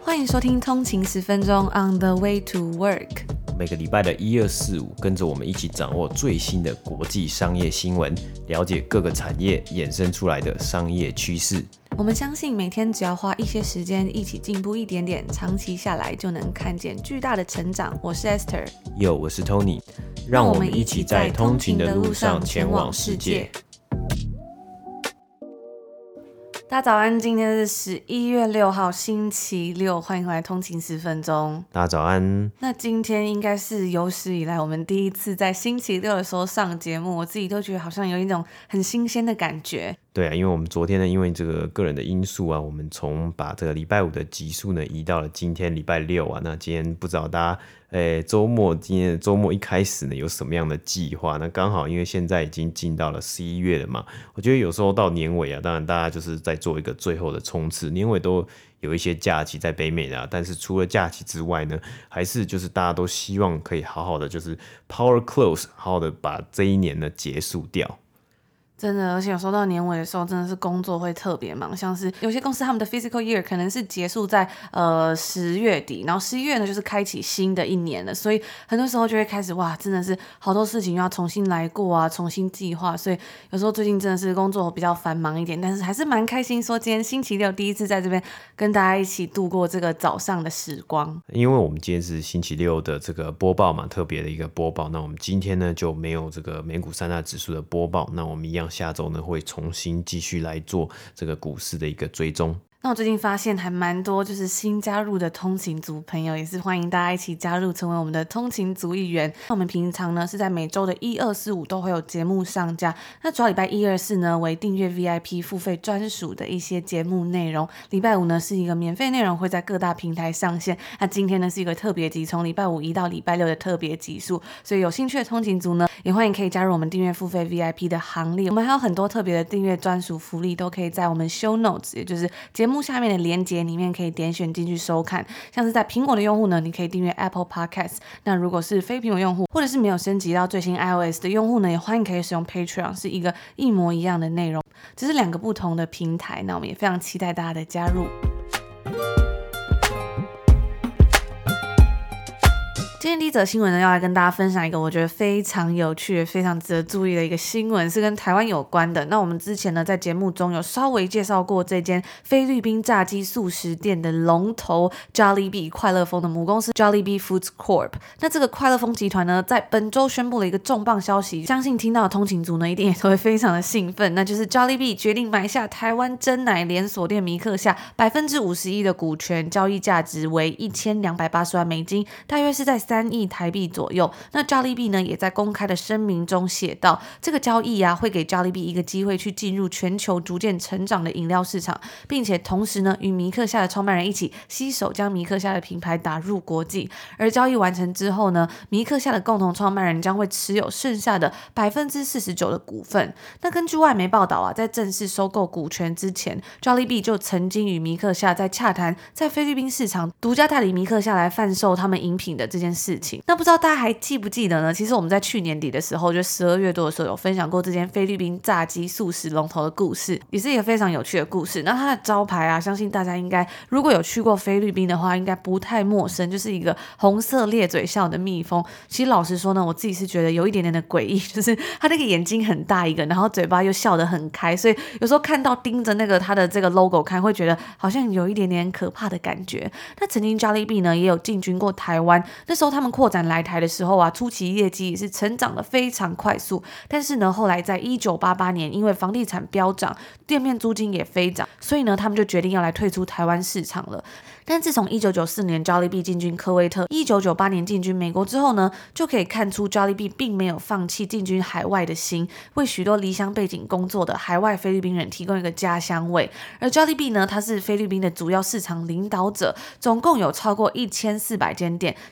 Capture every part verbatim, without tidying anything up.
欢迎收听通勤十分钟 On the way to work。 每个礼拜的一二四五，跟着我们一起掌握最新的国际商业新闻，了解各个产业衍生出来的商业趋势。 我们相信每天只要花一些时间一起进步一点点，长期下来就能看见巨大的成长。我是 Esther， Yo， 我是 Tony， 让我们一起在通勤的路上前往世界。 大家早安，今天是十一月六号星期六，欢迎回来通勤十分钟。 大家早安。 那今天应该是有史以来我们第一次在星期六的时候上节目，我自己都觉得好像有一种很新鲜的感觉。 对啊，因为我们昨天呢，因为这个个人的因素啊，我们从把这个礼拜五的集数呢移到了今天礼拜六啊。那今天不知道大家诶周末今天的周末一开始呢有什么样的计划？那刚好因为现在已经进到了十一月了嘛，我觉得有时候到年尾啊，当然大家就是在做一个最后的冲刺，年尾都有一些假期在北美的啊，但是除了假期之外呢，还是就是大家都希望可以好好的就是 power close， 好好的把这一年呢结束掉。 真的，而且有时候到年尾的时候，真的是工作会特别忙，像是有些公司他们的 physical year 可能是结束在呃十月底，然后十一月呢就是开启新的一年了，所以很多时候就会开始哇，真的是好多事情要重新来过啊，重新计划，所以有时候最近真的是工作比较繁忙一点，但是还是蛮开心说今天星期六第一次在这边跟大家一起度过这个早上的时光。 因为我们今天是星期六的这个播报嘛，特别的一个播报，那我们今天呢就没有这个美股三大指数的播报，那我们一样下周呢会重新继续来做这个股市的一个追踪。 那我最近发现还蛮多就是新加入的通勤族朋友，也是欢迎大家一起加入成为我们的通勤族一员。那我们平常呢是在每周的一二四五都会有节目上架，那主要礼拜一二四呢为订阅 V I P 付费专属的一些节目内容，礼拜五呢是一个免费内容会在各大平台上线，那今天呢是一个特别集，从礼拜五移到礼拜六的特别集数，所以有兴趣的通勤族呢也欢迎可以加入我们订阅付费 V I P 的行列。我们还有很多特别的订阅专属福利都可以在我们 show notes， 也就是节目下面的连结里面可以点选进去收看。像是在苹果的用户呢，你可以订阅 Apple Podcast， 那如果是非苹果用户或者是没有升级到最新 iOS 的用户呢，也欢迎可以使用 Patreon， 是一个一模一样的内容，只是两个不同的平台，那我们也非常期待大家的加入。今天第一则新闻呢，要来跟大家分享一个我觉得非常有趣、非常值得注意的一个新闻，是跟台湾有关的。那我们之前呢，在节目中有稍微介绍过这间菲律宾炸鸡素食店的龙头 Jollibee 快乐蜂的母公司 Jollibee Foods Corp。那这个快乐蜂集团呢，在本周宣布了一个重磅消息，相信听到的通勤族呢，一定也都会非常的兴奋，那就是 Jollibee 决定买下台湾珍奶连锁店米克夏百分之五十一的股权，交易价值为一千两百八十万美金，大约是在三亿台币左右。那 Jollibee 呢也在公开的声明中写道，这个交易啊会给 Jollibee 一个机会去进入全球逐渐成长的饮料市场，并且同时呢与米克夏的创办人一起携手将米克夏的品牌打入国际。而交易完成之后呢，米克夏的共同创办人将会持有剩下的百分之四十九的股份。那根据外媒报道啊，在正式收购股权之前 Jollibee 就曾经与米克夏在洽谈在菲律宾市场独家代理米克夏来贩售他们饮品的这件事情。那不知道大家还记不记得呢？其实我们在去年底的时候，就十二月多的时候有分享过这间菲律宾炸鸡素食龙头的故事，也是一个非常有趣的故事。那它的招牌啊，相信大家应该如果有去过菲律宾的话，应该不太陌生，就是一个红色咧嘴笑的蜜蜂。其实老实说呢，我自己是觉得有一点点的诡异，就是它那个眼睛很大一个，然后嘴巴又笑得很开，所以有时候看到盯着那个它的这个 logo 看，会觉得好像有一点点可怕的感觉。那曾经 Jollibee 呢也有进军过台湾，那时候他们扩展来台的时候啊，初期业绩也是成长的非常快速，但是呢后来在一九八八年因为房地产飙涨，店面租金也飞涨，所以呢他们就决定要来退出台湾市场了。但自从一九九四年 Jollibee 进军科威特，一九九八年进军美国之后呢，就可以看出 Jollibee 并没有放弃进军海外的心，为许多离乡背景工作的海外菲律宾人提供一个家乡味。而 Jollibee 呢，它是菲律宾的主要市场领导者，总共有超过一千四百间店，其中呢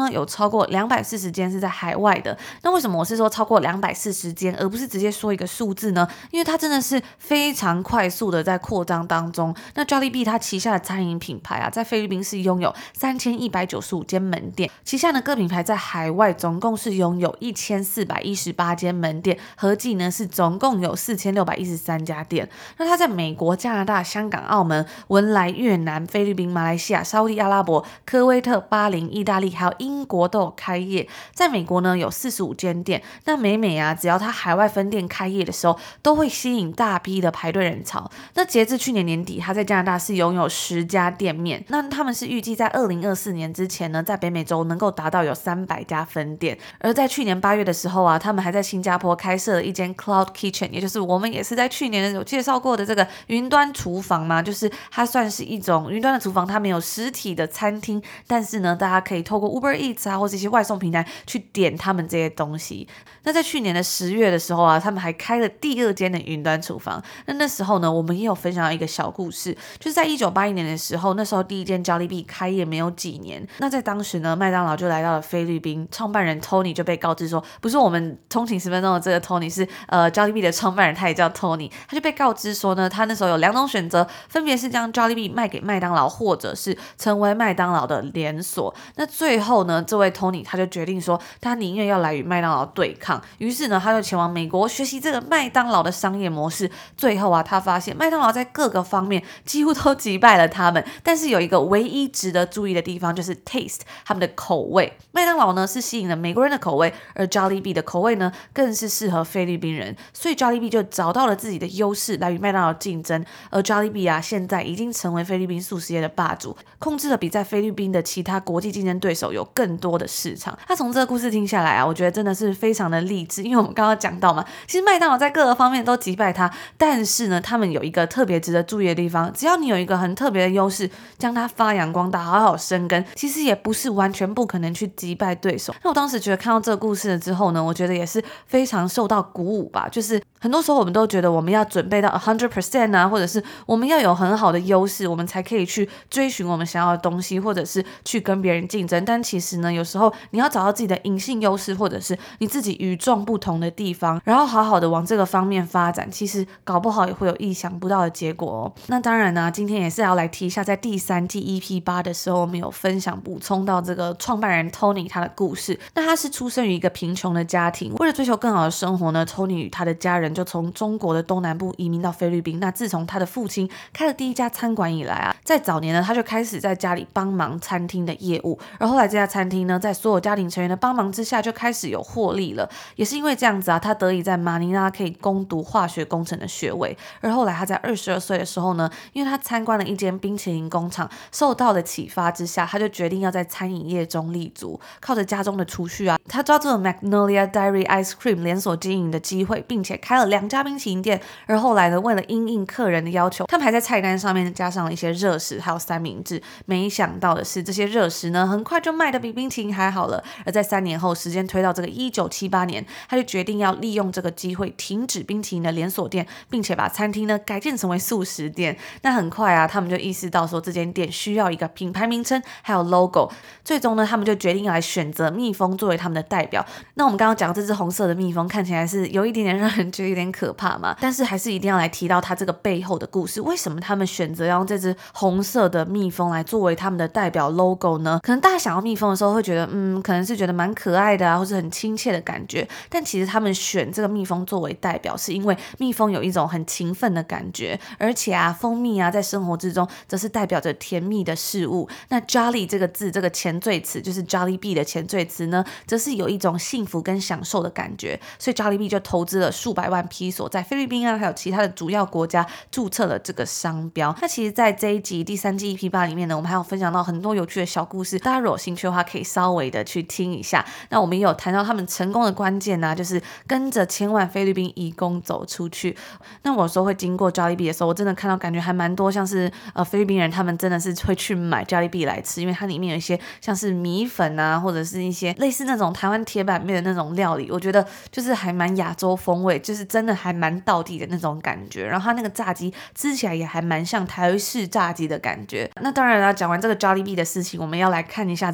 呢有超过两百四十间是在海外的。那为什么我是说超过两百四十间，而不是直接说一个数字呢？因为它真的是非常快速的在扩张当中。那 Jollibee 它旗下的餐饮品牌啊，在菲律宾是拥有三千一百九十五间门店，旗下的各品牌在海外总共是拥有一千四百一十八间门店，合计呢是总共有四千六百一十三家店。那它在美国、加拿大、香港、澳门、文莱、越南、菲律宾、马来西亚、沙特阿拉伯、科威特、巴林、意大利还有英国都有开业。在美国呢有四十五间店。那每每啊，只要它海外分店开业的时候，都会吸引大批的排队人潮。那截至去年年底，它在加拿大是拥有十家店面。那他们是预计在二零二四年之前呢，在北美洲能够达到有三百家分店。而在去年八月的时候啊，他们还在新加坡开设了一间 Cloud Kitchen， 也就是我们也是在去年有介绍过的这个云端厨房嘛，就是它算是一种云端的厨房，它没有实体的餐厅，但是呢，大家可以透过 Uber Eats 啊，或者一些外送平台去点他们这些东西。那在去年的十月的时候啊，他们还开了第二间的云端厨房。那那时候呢，我们也有分享到一个小故事，就是在一九八一年的时候，那时候第一间 Jollibee 开业没有几年。那在当时呢，麦当劳就来到了菲律宾，创办人 Tony 就被告知说，不是我们通勤十分钟的这个 Tony， 是呃 Jollibee 的创办人，他也叫 Tony， 他就被告知说呢，他那时候有两种选择，分别是将 Jollibee 卖给麦当劳，或者是成为麦当劳的连锁。那最后呢，这位 Tony 他就决定说，他宁愿要来与麦当劳对抗，于是呢，他就前往美国学习这个麦当劳的商业模式。最后啊，他发现麦当劳在各个方面几乎都击败了他们，但是有一个唯一值得注意的地方，就是 taste 他们的口味。麦当劳呢是吸引了美国人的口味，而 Jollibee 的口味呢更是适合菲律宾人，所以 Jollibee 就找到了自己的优势来与麦当劳竞争。而 Jollibee 啊，现在已经成为菲律宾速食业的霸主，控制了比在菲律宾的其他国际竞争对手有更多的市场。他从这个故事听下来啊，我觉得真的是非常的励志，因为我们刚刚讲到嘛，其实麦当劳在各个方面都击败他，但是呢，他们有一个特别值得注意的地方，只要你有一个很特别的优势，将它发扬光大，好好生根，其实也不是完全不可能去击败对手。那我当时觉得看到这个故事了之后呢，我觉得也是非常受到鼓舞吧，就是很多时候我们都觉得我们要准备到 百分之百 啊，或者是我们要有很好的优势，我们才可以去追寻我们想要的东西，或者是去跟别人竞争。但其实呢，有时候你要找到自己的隐性优势，或者是你自己与众不同的地方，然后好好的往这个方面发展，其实搞不好也会有意想不到的结果哦。那当然呢，今天也是要来提一下，在第三季 E P 八 的时候，我们有分享补充到这个创办人 Tony 他的故事。那他是出生于一个贫穷的家庭，为了追求更好的生活呢， Tony 与他的家人就从中国的东南部移民到菲律宾。那自从他的父亲开了第一家餐馆以来啊，在早年呢，他就开始在家里帮忙餐厅的业务，而后来这家餐厅呢，在所有家庭成员的帮忙之下，就开始有获利了。也是因为这样子啊，他得以在马尼拉可以攻读化学工程的学位。而后来他在二十二岁的时候呢，因为他参观了一间冰淇淋工厂，受到了启发之下，他就决定要在餐饮业中立足。靠着家中的储蓄啊，他抓住了 Magnolia Dairy Ice Cream 连锁经营的机会，并且开了两家冰淇淋店。而后来呢，为了因应客人的要求，他们还在菜单上面加上了一些热食还有三明治。没想到的是，这些热食呢，很快就卖得比冰淇淋还好了。而在三年后，时间推到这个一九七八年，他就决定要利用这个机会停止冰淇淋的连锁店，并且把餐厅呢改建成为素食店。那很快啊，他们就意识到说这间店需要一个品牌名称还有 logo。最终呢，他们就决定要来选择蜜蜂作为他们的代表。那我们刚刚讲这只红色的蜜蜂看起来是有一点点让人觉得有点可怕嘛，但是还是一定要来提到它这个背后的故事。为什么他们选择要用这只红色的蜜蜂来作为他们的代表 logo 呢？可能大家想要蜜蜂的时候会觉得嗯，可能是觉得蛮可爱的啊，或是很亲切的感觉。但其实他们选这个蜜蜂作为代表，是因为蜜蜂有一种很勤奋的感觉，而且啊，蜂蜜啊在生活之中则是代表着甜蜜的事物。那 Jolly 这个字，这个前缀词就是 Jollibee 的前缀词呢，则是有一种幸福跟享受的感觉。所以 Jollibee 就投资了数百万披索，在菲律宾啊还有其他的主要国家注册了这个商标。那其实在这一集第三季 E P 八 里面呢，我们还有分享到很多有趣的小故事，大家如果有兴趣的话可以稍微的去听一下。那我们也有谈到他们成功的关键啊，就是跟着千万菲律宾移工走出去。那我有时候会经过 Jollibee 的时候，我真的看到感觉还蛮多像是呃菲律宾人他们真的是会去买 Jollibee 来吃，因为它里面有一些像是米粉啊，或者是一些类似那种台湾铁板面的那种料理，我觉得就是还蛮亚洲风味，就是真的还蛮道地的那种感觉。然后它那个炸鸡吃起来也还蛮像台式炸鸡的感觉。那当然了，讲完这个 Jollibee 的事情，我们要来看一下这个米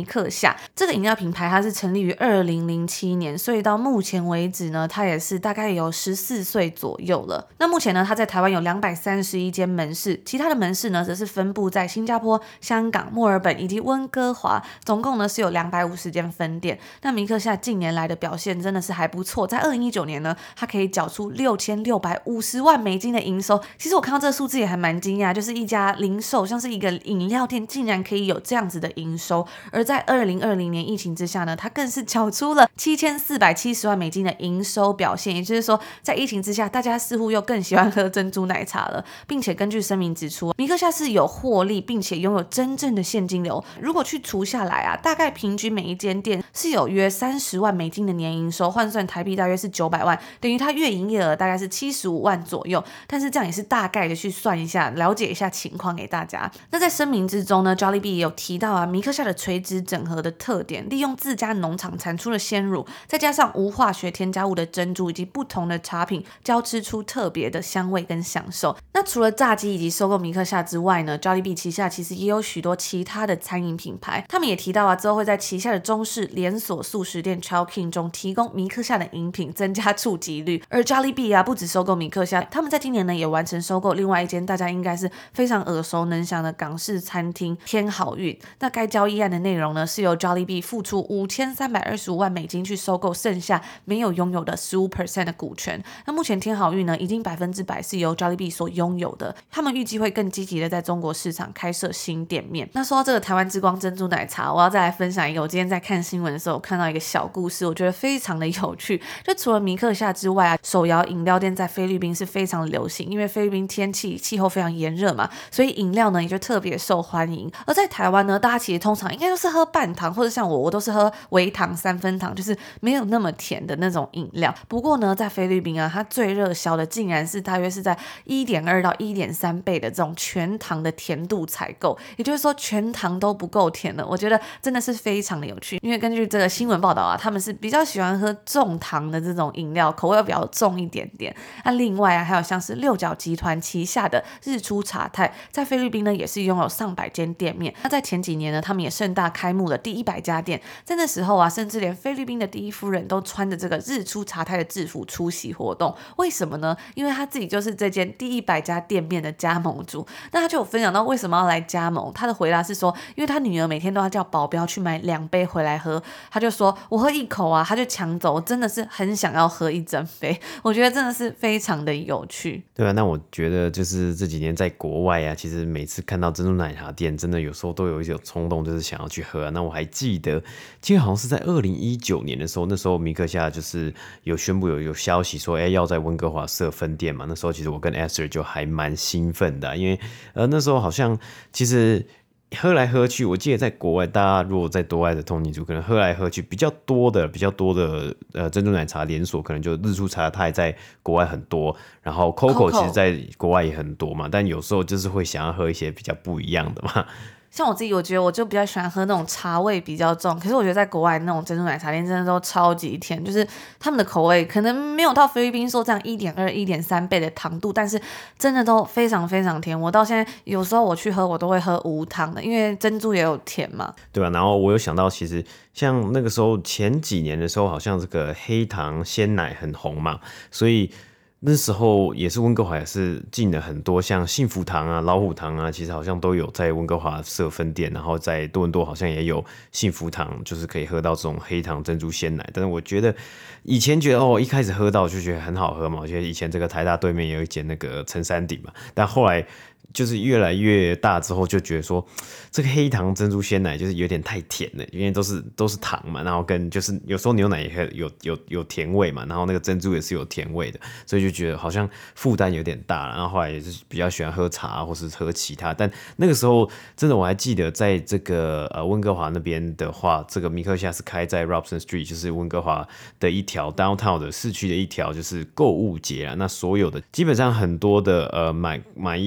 克夏。这个饮料品牌它是成立于二零零七年，所以到目前为止呢，它也是大概有十四岁左右了。那目前呢，它在台湾有两百三十一间门市，其他的门市呢则是分布在新加坡、香港、墨尔本以及温哥华，总共呢是有两百五十间分店。那米克夏近年来的表现真的是还不错，在二零一九年呢，它可以缴出六千六百五十万美金的营收。其实我看到这个数字也还蛮惊讶，就是一家零售像是一个饮料店竟然可以有这样子的营收。而在二零二零年疫情之下呢，它更是缴出了七千四百七十万美金的营收表现。也就是说，在疫情之下，大家似乎又更喜欢喝珍珠奶茶了，并且根据声明指出，米克夏是有获利，并且拥有真正的现金流。如果去除下来啊，大概平均每一间店是有约三十万美金的年营收，换算台币大约是九百万，等于它月营业额大概是七十五万左右。但是这样也是大概的去算一下，了解一下情况给大家。那在声明之中呢 ，Jollibee 也有提到啊，米克夏的垂直整合的特点，利用自家农场产出的鲜乳，再加上无化学添加物的珍珠以及不同的茶品，交织出特别的香味跟享受。那除了炸鸡以及收购米克夏之外呢 ，Jollibee 旗下其实也有许多其他的餐饮品牌，他们也提到啊，之后会在旗下的中式连锁速食店 Chowking 中提供米克夏的饮品，增加触及率。而 Jollibee 啊，不止收购米克夏，他们在今年呢也完成收购另外一间大家应该是非常耳熟能详的港式餐厅天好运。那该交易案的内容呢，是由 Jollibee 付出五千三百二十五万美金去收购剩下没有拥有的 百分之十五 的股权。那目前天好运呢，已经百分之百是由 Jollibee 所拥有的，他们预计会更积极的在中国市场开设新店面。那说到这个台湾之光珍珠奶茶，我要再来分享一个我今天在看新闻的时候我看到一个小故事，我觉得非常的有趣。就除了米克夏之外啊，手摇饮料店在菲律宾是非常流行，因为菲律宾天气气候非常炎热嘛，所以饮料呢也就特别受欢迎。而在台湾呢，大家其实通常应该都是喝半糖，或者像我我都是喝微糖三分糖，就是没有那么甜的那种饮料。不过呢，在菲律宾啊，它最热销的竟然是大约是在 一点二 到 一点三 倍的这种全糖的甜度采购，也就是说全糖都不够甜了。我觉得真的是非常的有趣，因为根据这个新闻报道啊，他们是比较喜欢喝重糖的这种饮料，口味比较重一点点。那另外啊，还有像是六角集团旗下的日出茶太，在菲律宾呢也是拥有上百间店面。那在前几年呢，他们也盛大开幕了第一百家店，在那时候啊，甚至连菲律宾的第一夫人都穿着这个日出茶太的制服出席活动。为什么呢？因为他自己就是这间第一百家店面的加盟主。那他就有分享到为什么要来加盟，他的回答是说，因为他女儿每天都要叫保镖去买两杯回来喝，他就说我喝一口啊，他就抢走，我真的是很想要喝一整杯。我觉得真的是非常的有趣。 对啊，那我觉得就是这几年在国外啊，其实每次看到珍珠奶茶店，真的有时候都有一种冲动，就是想要去喝啊。那我还记得，记得好像是在二零一九年的时候，那时候米克夏就是有宣布有有消息说，哎、欸，要在温哥华设分店嘛。那时候其实我跟 Esther 就还蛮兴奋的、啊，因为呃那时候好像其实。喝来喝去，我记得在国外，大家如果在国外的通勤族，可能喝来喝去比较多的、比较多的呃珍珠奶茶连锁，可能就日出茶太在国外很多，然后 Coco 其实在国外也很多嘛，但有时候就是会想要喝一些比较不一样的嘛。 像我自己，我觉得我就比较喜欢喝那种茶味比较重，可是我觉得在国外那种珍珠奶茶店真的都超级甜，就是他们的口味可能没有到菲律宾说这样 一点二、一点三 倍的糖度，但是真的都非常非常甜。我到现在有时候我去喝，我都会喝无糖的，因为珍珠也有甜嘛。 对啊，然后我有想到，其实像那个时候前几年的时候，好像这个黑糖鲜奶很红嘛，所以。那时候也是温哥华也是进了很多像幸福堂啊、老虎堂啊，其实好像都有在温哥华设分店，然后在多伦多好像也有幸福堂，就是可以喝到这种黑糖珍珠鲜奶。但是我觉得以前觉得哦，一开始喝到就觉得很好喝嘛，我觉得以前这个台大对面有一间那个陈山顶嘛，但后来。就是越来越大之后，就觉得说这个黑糖珍珠鲜奶就是有点太甜了，因为都是都是糖嘛，然后跟就是有时候牛奶也有有有甜味嘛，然后那个珍珠也是有甜味的，所以就觉得好像负担有点大了。然后后来也是比较喜欢喝茶或是喝其他，但那个时候真的我还记得，在这个呃温哥华那边的话，这个米克夏是开在 Robson Street， 就是温哥华的一条 downtown 的市区的一条就是购物节啊，那所有的基本上很多的呃买买衣服啊。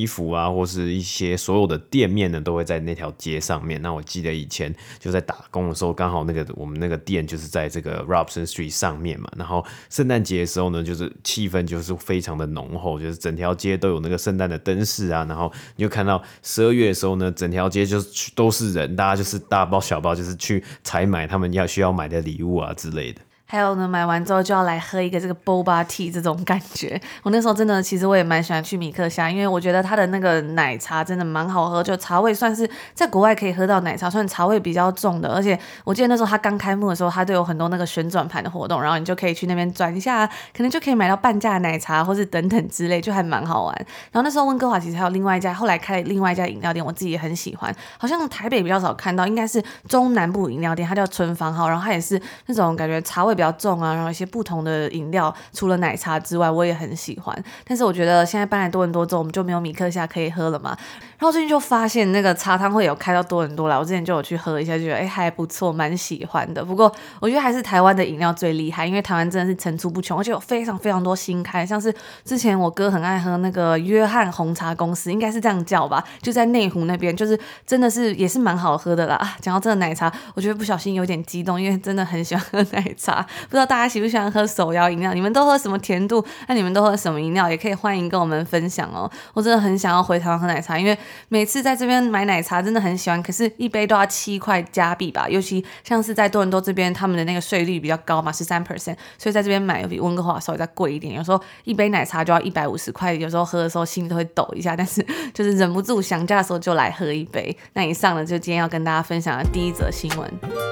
或是一些所有的店面呢都会在那条街上面。那我记得以前就在打工的时候，刚好那个我们那个店就是在这个 Robson Street 上面嘛，然后圣诞节的时候呢，就是气氛就是非常的浓厚，就是整条街都有那个圣诞的灯饰啊，然后你就看到十二月的时候呢，整条街就是都是人，大家就是大包小包就是去采买他们要需要买的礼物啊之类的。 还有呢，买完之后就要来喝一个这个 boba tea 这种感觉。我那时候真的，其实我也蛮喜欢去米克夏，因为我觉得它的那个奶茶真的蛮好喝，就茶味算是在国外可以喝到奶茶，算茶味比较重的。而且我记得那时候它刚开幕的时候，它都有很多那个旋转盘的活动，然后你就可以去那边转一下，可能就可以买到半价的奶茶，或是等等之类，就还蛮好玩。然后那时候温哥华其实还有另外一家，后来开了另外一家饮料店，我自己也很喜欢，好像台北比较少看到，应该是中南部饮料店，它叫春芳号，然后它也是那种感觉茶味比较重啊，然后一些不同的饮料，除了奶茶之外，我也很喜欢。但是我觉得现在搬来多伦多之后，我们就没有米克夏可以喝了嘛。然后最近就发现那个茶汤会有开到多伦多来，我之前就有去喝一下，就觉得哎还不错，蛮喜欢的。不过我觉得还是台湾的饮料最厉害，因为台湾真的是层出不穷，而且有非常非常多新开，像是之前我哥很爱喝那个约翰红茶公司，应该是这样叫吧，就在内湖那边，就是真的是也是蛮好喝的啦。啊，讲到这个奶茶，我觉得不小心有点激动，因为真的很喜欢喝奶茶，不知道大家喜不喜欢喝手摇饮料？你们都喝什么甜度？那你们都喝什么饮料？也可以欢迎跟我们分享哦。我真的很想要回台湾喝奶茶，因为每次在这边买奶茶真的很喜欢，可是一杯都要七块加币吧。尤其像是在多伦多这边，他们的那个税率比较高嘛，百分之十三，所以在这边买又比温哥华稍微再贵一点。有时候一杯奶茶就要一百五十块，有时候喝的时候心里都会抖一下，但是就是忍不住想家的时候就来喝一杯。那以上呢，就今天要跟大家分享的第一则新闻。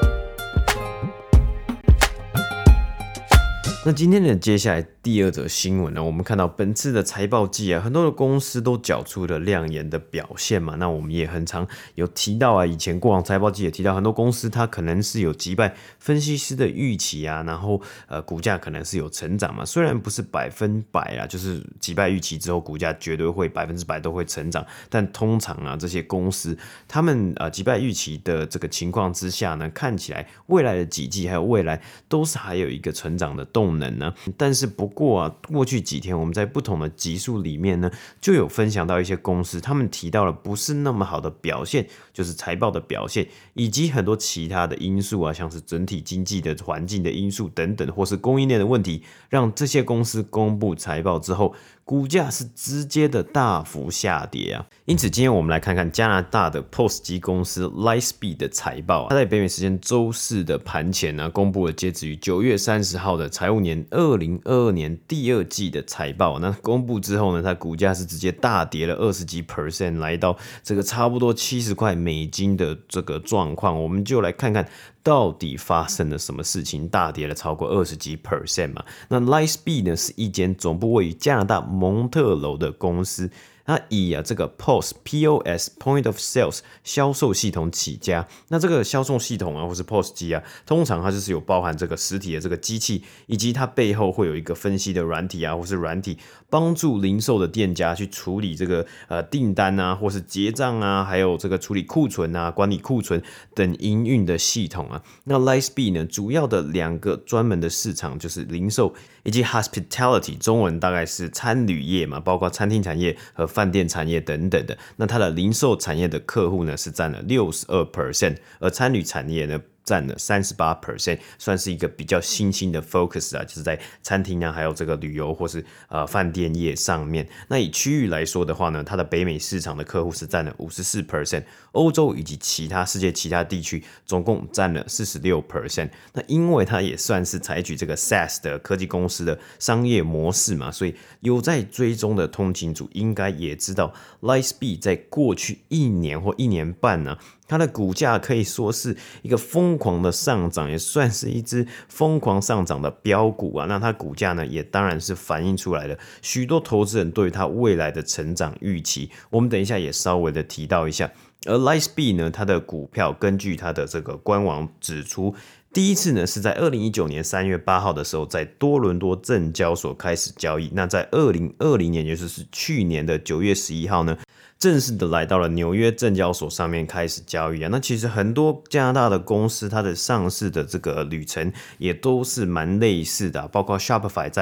那今天的接下来第二则新闻呢，我们看到本次的财报季啊，很多的公司都缴出了亮眼的表现嘛。那我们也很常有提到啊，以前过往财报季也提到，很多公司它可能是有击败分析师的预期啊，然后呃股价可能是有成长嘛。虽然不是百分百啦，就是击败预期之后股价绝对会百分之百都会成长，但通常啊这些公司他们呃击败预期的这个情况之下呢，看起来未来的几季还有未来都是还有一个成长的动能呢。但是不过啊，过去几天我们在不同的集数里面呢，就有分享到一些公司，他们提到了不是那么好的表现，就是财报的表现，以及很多其他的因素啊，像是整体经济的环境的因素等等，或是供应链的问题，让这些公司公布财报之后，股价是直接的大幅下跌啊。因此今天我们来看看加拿大的 P O S 机公司 Lightspeed 的财报啊，它在北美时间周四的盘前呢、啊，公布了截止于九月三十号的财务年二零二二年第二季的财报。那公布之后呢，它股价是直接大跌了二十几 percent， 来到这个差不多七十块美金的这个状况。我们就来看看到底发生了什么事情，大跌了超过二十几 percent 嘛。那 Lightspeed 呢是一间总部位于加拿大蒙特楼的公司。它以啊这个 P O S P O S Point of Sales 销售系统起家，那这个销售系统啊，或是 P O S 机啊，通常它就是有包含这个实体的这个机器，以及它背后会有一个分析的软体啊，或是软体帮助零售的店家去处理这个呃订单啊，或是结账啊，还有这个处理库存啊、管理库存等营运的系统啊。那 Lightspeed 呢，主要的两个专门的市场就是零售以及 Hospitality， 中文大概是餐旅业嘛，包括餐厅产业和饭店产业等等的。那它的零售产业的客户呢是占了 百分之六十二， 而餐旅产业呢占了 百分之三十八， 算是一个比较新兴的 focus 啊，就是在餐厅啊，还有这个旅游或是呃饭店业上面。那以区域来说的话呢，它的北美市场的客户是占了 百分之五十四， 欧洲以及其他世界其他地区总共占了 百分之四十六。那因为它也算是采取这个 SaaS 的科技公司的商业模式嘛，所以有在追踪的通勤族应该也知道 Lightspeed 在过去一年或一年半呢、啊，它的股价可以说是一个疯狂的上涨，也算是一只疯狂上涨的标股啊。那它股价呢，也当然是反映出来了许多投资人对于它未来的成长预期。我们等一下也稍微的提到一下。而 Lightspeed 呢，它的股票根据它的这个官网指出，第一次呢是在二零一九年三月八号的时候，在多伦多证交所开始交易。那在二零二零年，也就是去年的九月十一号呢，正式的来到了纽约证交所上面开始交易啊。那其实很多加拿大的公司，它的上市的这个旅程也都是蛮类似的、啊，包括 Shopify 在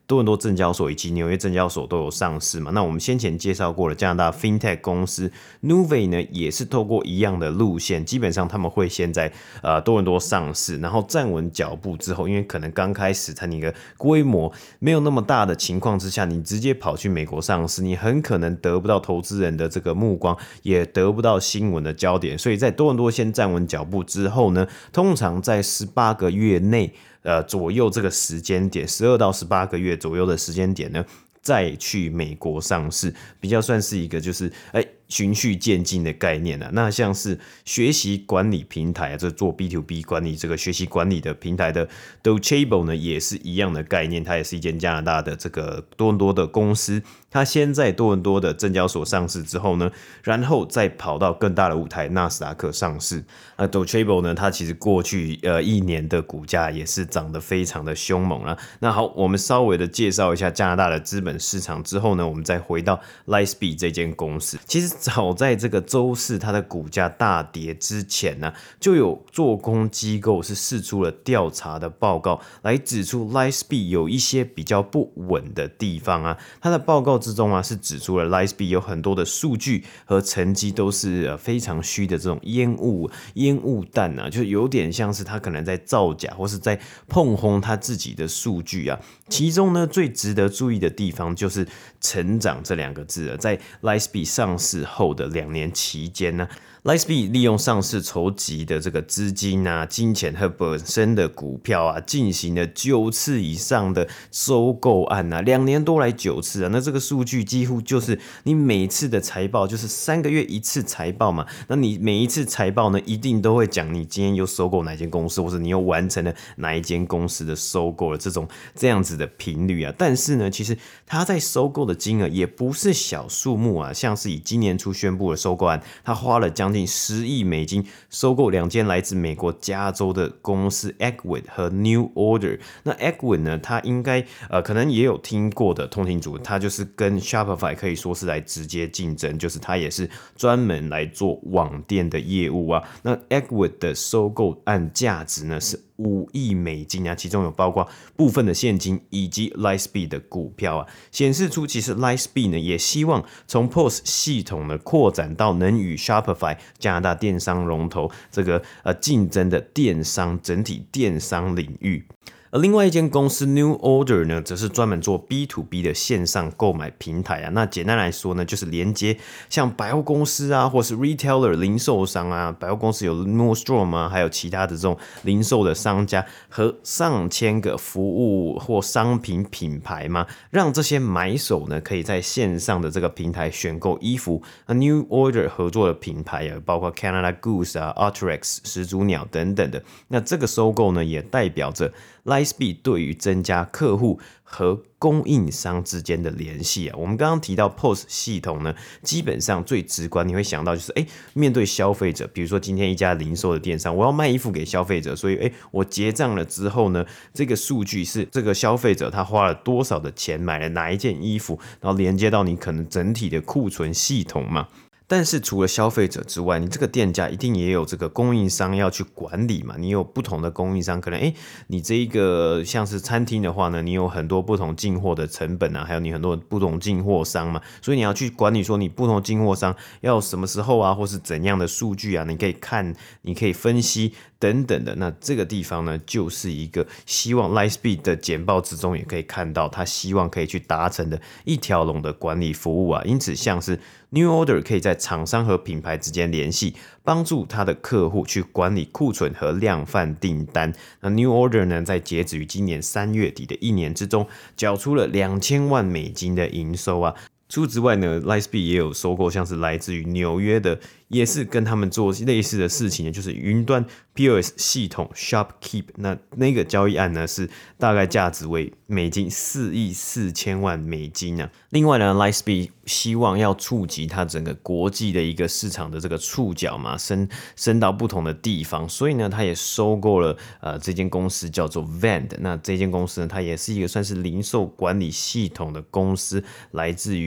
多伦多证交所以及纽约证交所都有上市嘛。那我们先前介绍过了，加拿大 FinTech 公司 Nuvei 呢，也是透过一样的路线，基本上他们会先在呃多伦多上市，然后站稳脚步之后，因为可能刚开始它那个规模没有那么大的情况之下，你直接跑去美国上市，你很可能得不到投资人的这个目光，也得不到新闻的焦点。所以在多伦多先站稳脚步之后呢，通常在十八个月内呃左右这个时间点，十二到十八个月左右的时间点呢，再去美国上市，比较算是一个就是哎。欸循序渐进的概念啊，那像是学习管理平台啊，这做 B to B 管理这个学习管理的平台的 Docebo 呢，也是一样的概念，它也是一间加拿大的这个多伦多的公司，它先在多伦多的证交所上市之后呢，然后再跑到更大的舞台纳斯达克上市。那 Docebo 呢，它其实过去呃一年的股价也是涨得非常的凶猛啦。那好，我们稍微的介绍一下加拿大的资本市场之后呢，我们再回到 Lightspeed 这间公司，其实早在这个周四它的股价大跌之前呢、啊，就有做空机构是释出了调查的报告，来指出 Lightspeed 有一些比较不稳的地方啊。它的报告之中啊，是指出了 Lightspeed 有很多的数据和成绩都是非常虚的这种烟雾烟雾弹啊，就有点像是它可能在造假或是在碰轰它自己的数据啊。其中呢，最值得注意的地方就是成长这两个字了，在 Lightspeed 上市后的两年期间呢、啊、Lightspeed 利用上市筹集的这个资金啊、金钱和本身的股票啊，进行了九次以上的收购案啊，两年多来九次啊，那这个数据几乎就是你每次的财报就是三个月一次财报嘛，那你每一次财报呢，一定都会讲你今天又收购哪间公司，或者你又完成了哪一间公司的收购了，这种这样子的频率啊。但是呢，其实它在收购的金额也不是小数目啊，像是以今年初宣布的收购案，它花了将近十亿美金收购两间来自美国加州的公司 Ecwid 和 New Order。那 Ecwid 呢，它应该呃可能也有听过的通勤族，它就是跟 Shopify 可以说是来直接竞争，就是它也是专门来做网店的业务啊。那 Ecwid 的收购案价值呢是五亿美金啊，其中有包括部分的现金以及 Lightspeed 的股票啊，显示出其实 Lightspeed 呢也希望从 P O S 系统呢扩展到能与 Shopify 加拿大电商龙头这个呃竞争的电商整体电商领域。而另外一间公司 New Order 呢，则是专门做 B to B 的线上购买平台啊。那简单来说呢，就是连接像百货公司啊，或是 retailer 零售商啊，百货公司有 Nordstrom 啊，还有其他的这种零售的商家和上千个服务或商品品牌嘛，让这些买手呢可以在线上的这个平台选购衣服。那 New Order 合作的品牌啊，包括 Canada Goose 啊、Arc'teryx 始祖鸟等等的。那这个收购呢，也代表着Lightspeed 对于增加客户和供应商之间的联系啊，我们刚刚提到 P O S 系统呢，基本上最直观你会想到就是，哎，面对消费者，比如说今天一家零售的电商，我要卖衣服给消费者，所以，哎，我结账了之后呢，这个数据是这个消费者他花了多少的钱买了哪一件衣服，然后连接到你可能整体的库存系统嘛。但是除了消费者之外，你这个店家一定也有这个供应商要去管理嘛，你有不同的供应商，可能诶你这一个像是餐厅的话呢，你有很多不同进货的成本啊，还有你很多不同进货商嘛，所以你要去管理说你不同进货商要什么时候啊，或是怎样的数据啊，你可以看，你可以分析等等的。那这个地方呢，就是一个希望 Lightspeed 的简报之中也可以看到，他希望可以去达成的一条龙的管理服务啊。因此像是New Order 可以在厂商和品牌之间联系，帮助他的客户去管理库存和量贩订单。那 New Order 呢，在截止于今年三月底的一年之中，缴出了两千万美金的营收啊。除此之外呢 Lightspeed 也有收购像是来自于纽约的，也是跟他们做类似的事情，就是云端 P O S 系统 ShopKeep。 那那个交易案呢，是大概价值为美金四亿四千万美金啊。另外呢 Lightspeed 希望要触及它整个国际的一个市场的这个触角嘛，伸伸到不同的地方，所以呢，它也收购了呃这间公司叫做 Vend。 那这间公司呢，它也是一个算是零售管理系统的公司，来自于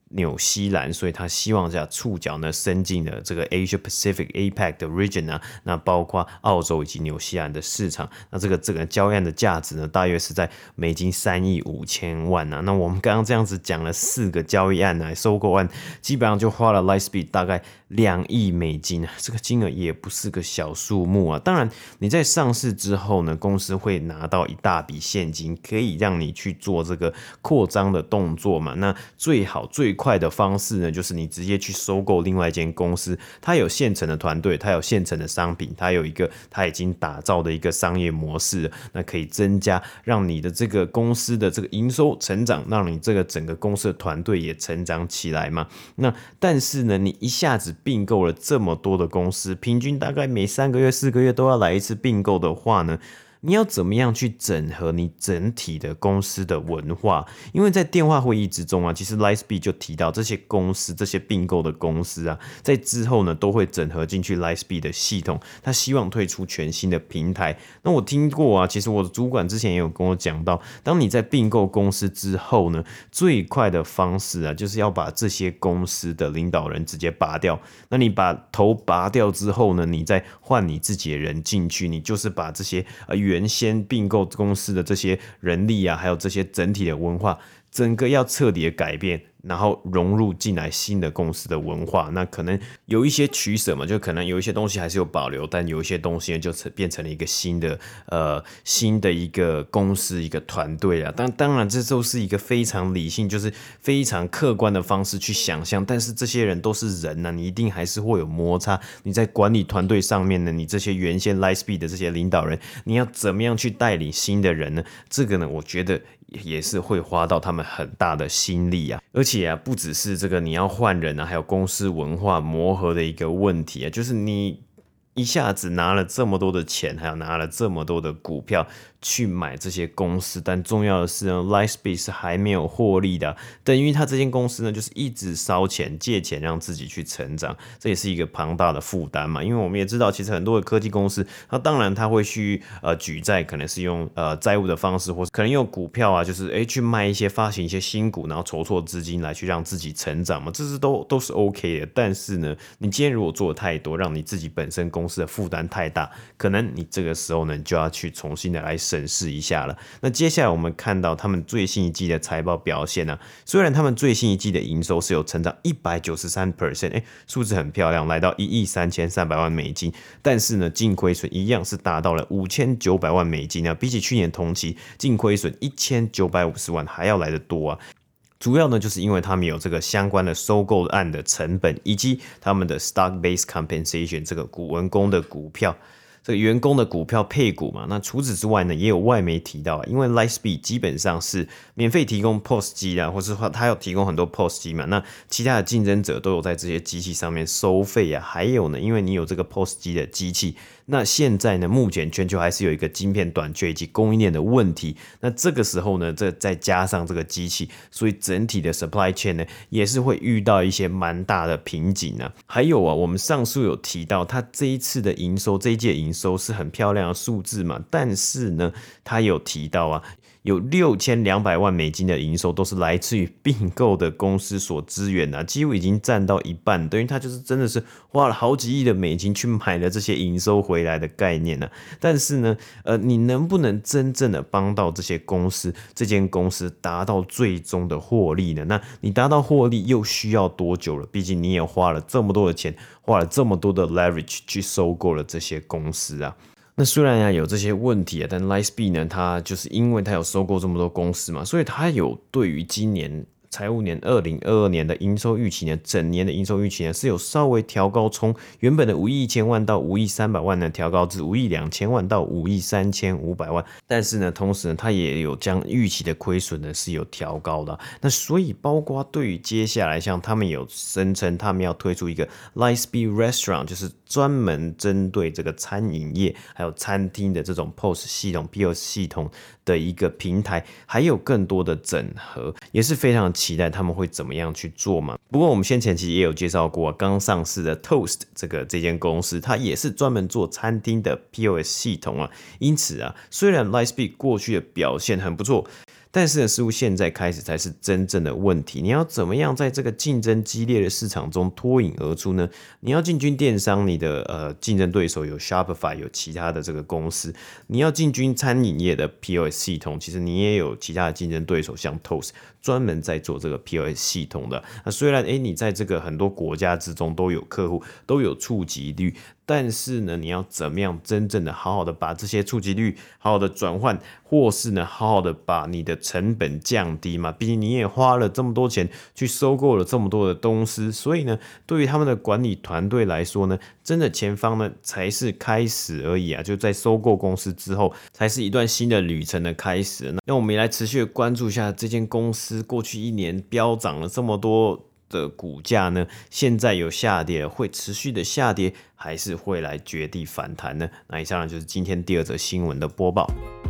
纽西兰，所以他希望这样触角呢伸进了这个 Asia Pacific A P E C 的 region 啊，那包括澳洲以及纽西兰的市场。那这个这个交易案的价值呢，大约是在美金三亿五千万啊。那我们刚刚这样子讲了四个交易案啊，收购案基本上就花了 Lightspeed 大概两亿美金啊，这个金额也不是个小数目啊。当然，你在上市之后呢，公司会拿到一大笔现金，可以让你去做这个扩张的动作嘛。那最好最快的方式呢，就是你直接去收购另外一间公司，它有现成的团队，它有现成的商品，它有一个它已经打造的一个商业模式，那可以增加让你的这个公司的这个营收成长，让你这个整个公司的团队也成长起来嘛。那但是呢，你一下子并购了这么多的公司，平均大概每三个月、四个月都要来一次并购的话呢，你要怎么样去整合你整体的公司的文化？因为在电话会议之中啊，其实 Lightspeed 就提到这些公司、这些并购的公司啊，在之后呢都会整合进去 Lightspeed 的系统。他希望推出全新的平台。那我听过啊，其实我的主管之前也有跟我讲到，当你在并购公司之后呢，最快的方式啊，就是要把这些公司的领导人直接拔掉。那你把头拔掉之后呢，你再换你自己的人进去，你就是把这些呃原先并购公司的这些人力啊，还有这些整体的文化，整个要彻底的改变，然后融入进来新的公司的文化。那可能有一些取舍嘛，就可能有一些东西还是有保留，但有一些东西就变成了一个新的呃新的一个公司一个团队啊。当当然这都是一个非常理性，就是非常客观的方式去想象，但是这些人都是人啊，你一定还是会有摩擦。你在管理团队上面呢，你这些原先 Lightspeed 的这些领导人，你要怎么样去带领新的人呢？这个呢，我觉得也是会花到他们很大的心力啊。而且啊，不只是这个你要换人啊，还有公司文化磨合的一个问题啊，就是你一下子拿了这么多的钱，还有拿了这么多的股票去买这些公司，但重要的是呢 Lightspeed 是还没有获利的啊，等于他这间公司呢就是一直烧钱借钱让自己去成长，这也是一个庞大的负担嘛。因为我们也知道，其实很多的科技公司，那当然他会去呃举债，可能是用呃债务的方式，或是可能用股票啊，就是诶去卖一些发行一些新股，然后筹措资金来去让自己成长嘛，这是都都是 OK 的。但是呢，你今天如果做的太多，让你自己本身公司的负担太大，可能你这个时候呢，你就要去重新的来审视一下了。那接下来我们看到他们最新一季的财报表现啊，虽然他们最新一季的营收是有成长 百分之一百九十三， 哎，数字很漂亮，来到一亿三千三百万美金，但是呢，净亏损一样是达到了五千九百万美金啊，比起去年同期净亏损一千九百五十万还要来得多啊。主要呢，就是因为他们有这个相关的收购案的成本，以及他们的 stock-based compensation 这个股员工的股票，这个员工的股票配股嘛。那除此之外呢，也有外媒提到，因为 Lightspeed 基本上是免费提供 P O S 机啊，或是他有提供很多 P O S 机嘛，那其他的竞争者都有在这些机器上面收费啊。还有呢，因为你有这个 P O S 机的机器，那现在呢，目前全球还是有一个晶片短缺以及供应链的问题。那这个时候呢，这再加上这个机器，所以整体的 supply chain 呢，也是会遇到一些蛮大的瓶颈啊。还有啊，我们上述有提到，它这一次的营收，这一届营收是很漂亮的数字嘛，但是呢，它有提到啊，有六千两百万美金的营收都是来自于并购的公司所支援啊，几乎已经占到一半，等于它就是真的是花了好几亿的美金去买了这些营收回来的概念啊。但是呢，呃，你能不能真正的帮到这些公司，这间公司达到最终的获利呢？那你达到获利又需要多久了？毕竟你也花了这么多的钱，花了这么多的 leverage 去收购了这些公司啊。那虽然啊有这些问题啊，但 Lightspeed 呢，它就是因为它有收购这么多公司嘛，所以它有对于今年财务年二零二二年的营收预期呢，整年的营收预期呢是有稍微调高，从原本的五亿一千万到五亿三百万呢调高至五亿两千万到五亿三千五百万。但是呢，同时呢，它也有将预期的亏损呢是有调高的。那所以包括对于接下来，像他们有声称他们要推出一个 Lightspeed Restaurant， 就是专门针对这个餐饮业还有餐厅的这种 P O S 系统 P O S 系统的一个平台，还有更多的整合，也是非常期待他们会怎么样去做嘛。不过我们先前其实也有介绍过，刚上市的 Toast 这个这间公司，它也是专门做餐厅的 P O S 系统啊。因此啊，虽然 Lightspeed 过去的表现很不错， 但是呢，似乎现在开始才是真正的问题。你要怎么样在这个竞争激烈的市场中脱颖而出呢？你要进军电商，你的呃竞争对手有 Shopify， 有其他的这个公司；你要进军餐饮业的 P O S 系统，其实你也有其他的竞争对手，像 Toast 专门在做这个 P O S 系统的。那虽然诶你在这个很多国家之中都有客户，都有触及率。但是呢，你要怎么样真正的好好的把这些触及率好好的转换，或是呢好好的把你的成本降低嘛？毕竟你也花了这么多钱去收购了这么多的公司，所以呢，对于他们的管理团队来说呢，真的前方呢才是开始而已啊！就在收购公司之后，才是一段新的旅程的开始。那我们也来持续的关注一下这间公司过去一年飙涨了这么多的股价呢，现在有下跌，会持续的下跌，还是会来绝地反弹呢？那以上呢就是今天第二则新闻的播报。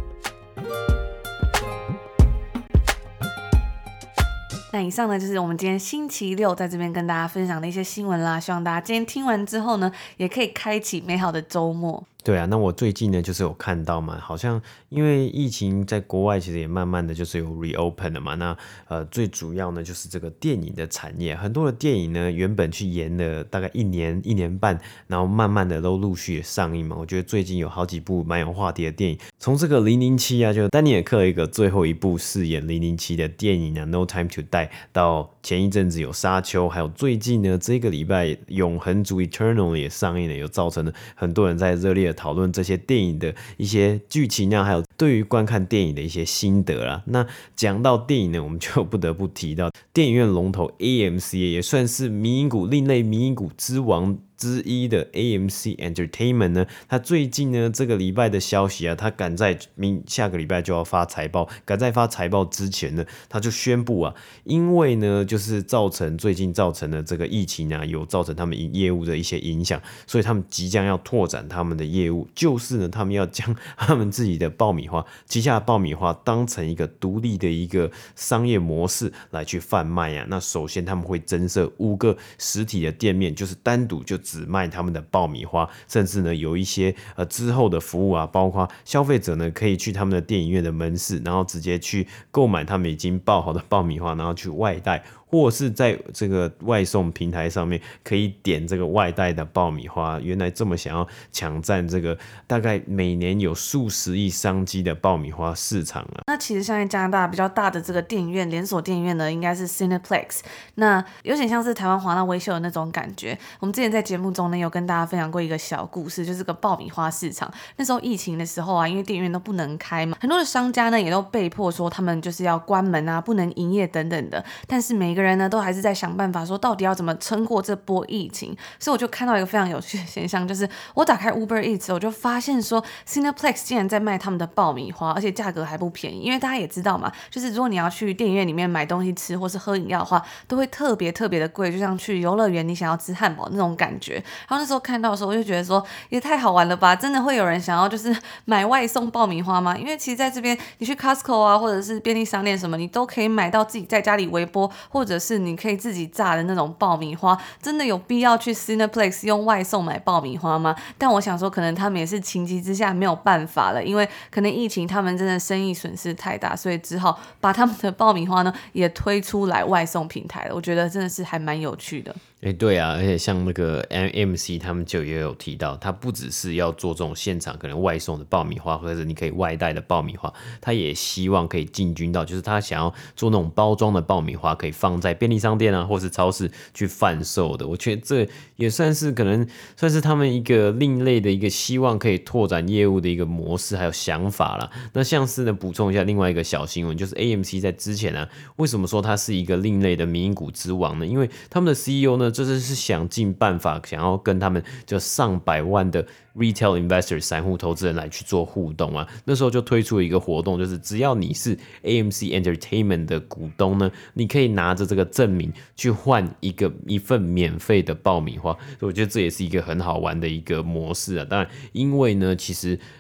那以上呢就是我们今天星期六在这边跟大家分享的一些新闻啦，希望大家今天听完之后呢，也可以开启美好的周末。 对啊，那我最近呢就是有看到嘛，好像因为疫情在国外其实也慢慢的就是有 reopen 了嘛，那呃最主要呢就是这个电影的产业，很多的电影呢原本去延了大概一年一年半，然后慢慢的都陆续的上映嘛，我觉得最近有好几部蛮有话题的电影，从这个零零七啊，就丹尼尔克一个最后一部饰演零零七的电影啊 No Time to Die， 到前一阵子有沙丘，还有最近呢这个礼拜永恒族 Eternal 也上映了，有造成了很多人在热烈的讨论这些电影的一些剧情啊，还有对于观看电影的一些心得啦。那讲到电影呢，我们就不得不提到电影院龙头 A M C， 也算是迷因股另类迷因股之王之一的 A M C Entertainment 呢，它最近呢这个礼拜的消息啊，它赶在明下个礼拜就要发财报，赶在发财报之前呢，它就宣布啊，因为呢就是造成最近造成的这个疫情啊，有造成他们业务的一些影响，所以他们即将要拓展他们的业务，就是呢他们要将他们自己的爆米花旗下的爆米花当成一个独立的一个商业模式来去贩卖啊。那首先他们会增设五个实体的店面，就是单独就只卖他们的爆米花，甚至呢有一些呃之后的服务啊，包括消费者呢可以去他们的电影院的门市，然后直接去购买他们已经爆好的爆米花，然后去外带，或是在这个外送平台上面可以点这个外带的爆米花。原来这么想要抢占这个大概每年有数十亿商机的爆米花市场啊。 那其实现在加拿大比较大的这个电影院连锁电影院呢，应该是 Cineplex， 那有点像是台湾华纳威秀的那种感觉。我们之前在节目中呢有跟大家分享过一个小故事，就是个爆米花市场。那时候疫情的时候啊，因为电影院都不能开嘛，很多的商家呢也都被迫说他们就是要关门啊，不能营业等等的。但是每个人呢都还是在想办法说到底要怎么撑过这波疫情。所以我就看到一个非常有趣的现象，就是我打开 Uber Eats， 我就发现说 Cineplex 竟然在卖他们的爆米花，而且价格还不便宜。因为大家也知道嘛，就是如果你要去电影院里面买东西吃或是喝饮料的话，都会特别特别的贵，就像去游乐园你想要吃汉堡那种感觉。然后那时候看到的时候，我就觉得说也太好玩了吧，真的会有人想要就是买外送爆米花吗？因为其实在这边你去 Costco 啊，或者是便利商店什么，你都可以买到自己在家里微波，或者是你可以自己炸的那种爆米花。真的有必要去 Cineplex 用外送买爆米花吗？但我想说可能他们也是情急之下没有办法了，因为可能疫情他们真的生意损失太大，所以只好把他们的爆米花呢也推出来外送平台了。我觉得真的是还蛮有趣的。 哎，对啊，而且像那个 M M C 他们就也有提到，他不只是要做这种现场可能外送的爆米花，或者你可以外带的爆米花，他也希望可以进军到，就是他想要做那种包装的爆米花，可以放在便利商店啊，或是超市去贩售的。我觉得这也算是可能算是他们一个另类的一个希望可以拓展业务的一个模式还有想法啦。那像是呢，补充一下另外一个小新闻，就是 A M C 在之前啊，为什么说它是一个另类的民营股之王呢？因为他们的 C E O 呢，就是是想尽办法想要跟他们就上百万的 retail investor 散户投资人来去做互动啊。那时候就推出了一个活动，就是只要你是 A M C Entertainment 的股东呢，你可以拿着这个证明去换一个一份免费的爆米花。所以我觉得这也是一个很好玩的一个模式啊。当然，因为呢，其实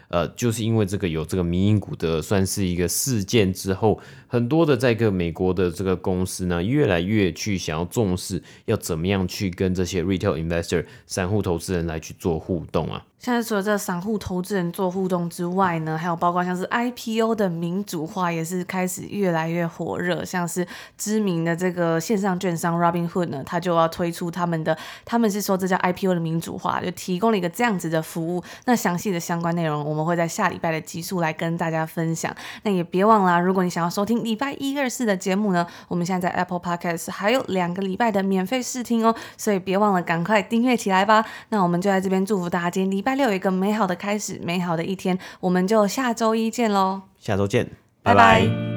呃，就是因为这个有这个迷因股的算是一个事件之后，很多的在个美国的这个公司呢，越来越去想要重视要怎么样去跟这些 retail investor 散户投资人来去做互动啊。 现在除了这个散户投资人做互动之外呢，还有包括像是 I P O 的民主化也是开始越来越火热，像是知名的这个线上券商 Robinhood 呢，他就要推出他们的，他们是说这叫 I P O 的民主化，就提供了一个这样子的服务。那详细的相关内容我们会在下礼拜的集数来跟大家分享。那也别忘了，如果你想要收听礼拜一、二、四的节目呢，我们现在在 Apple Podcast 还有两个礼拜的免费试听哦，所以别忘了赶快订阅起来吧。那我们就在这边祝福大家今天礼拜六有一个美好的开始，美好的一天，我们就下周一见咯。 下周见， 拜拜。 拜拜。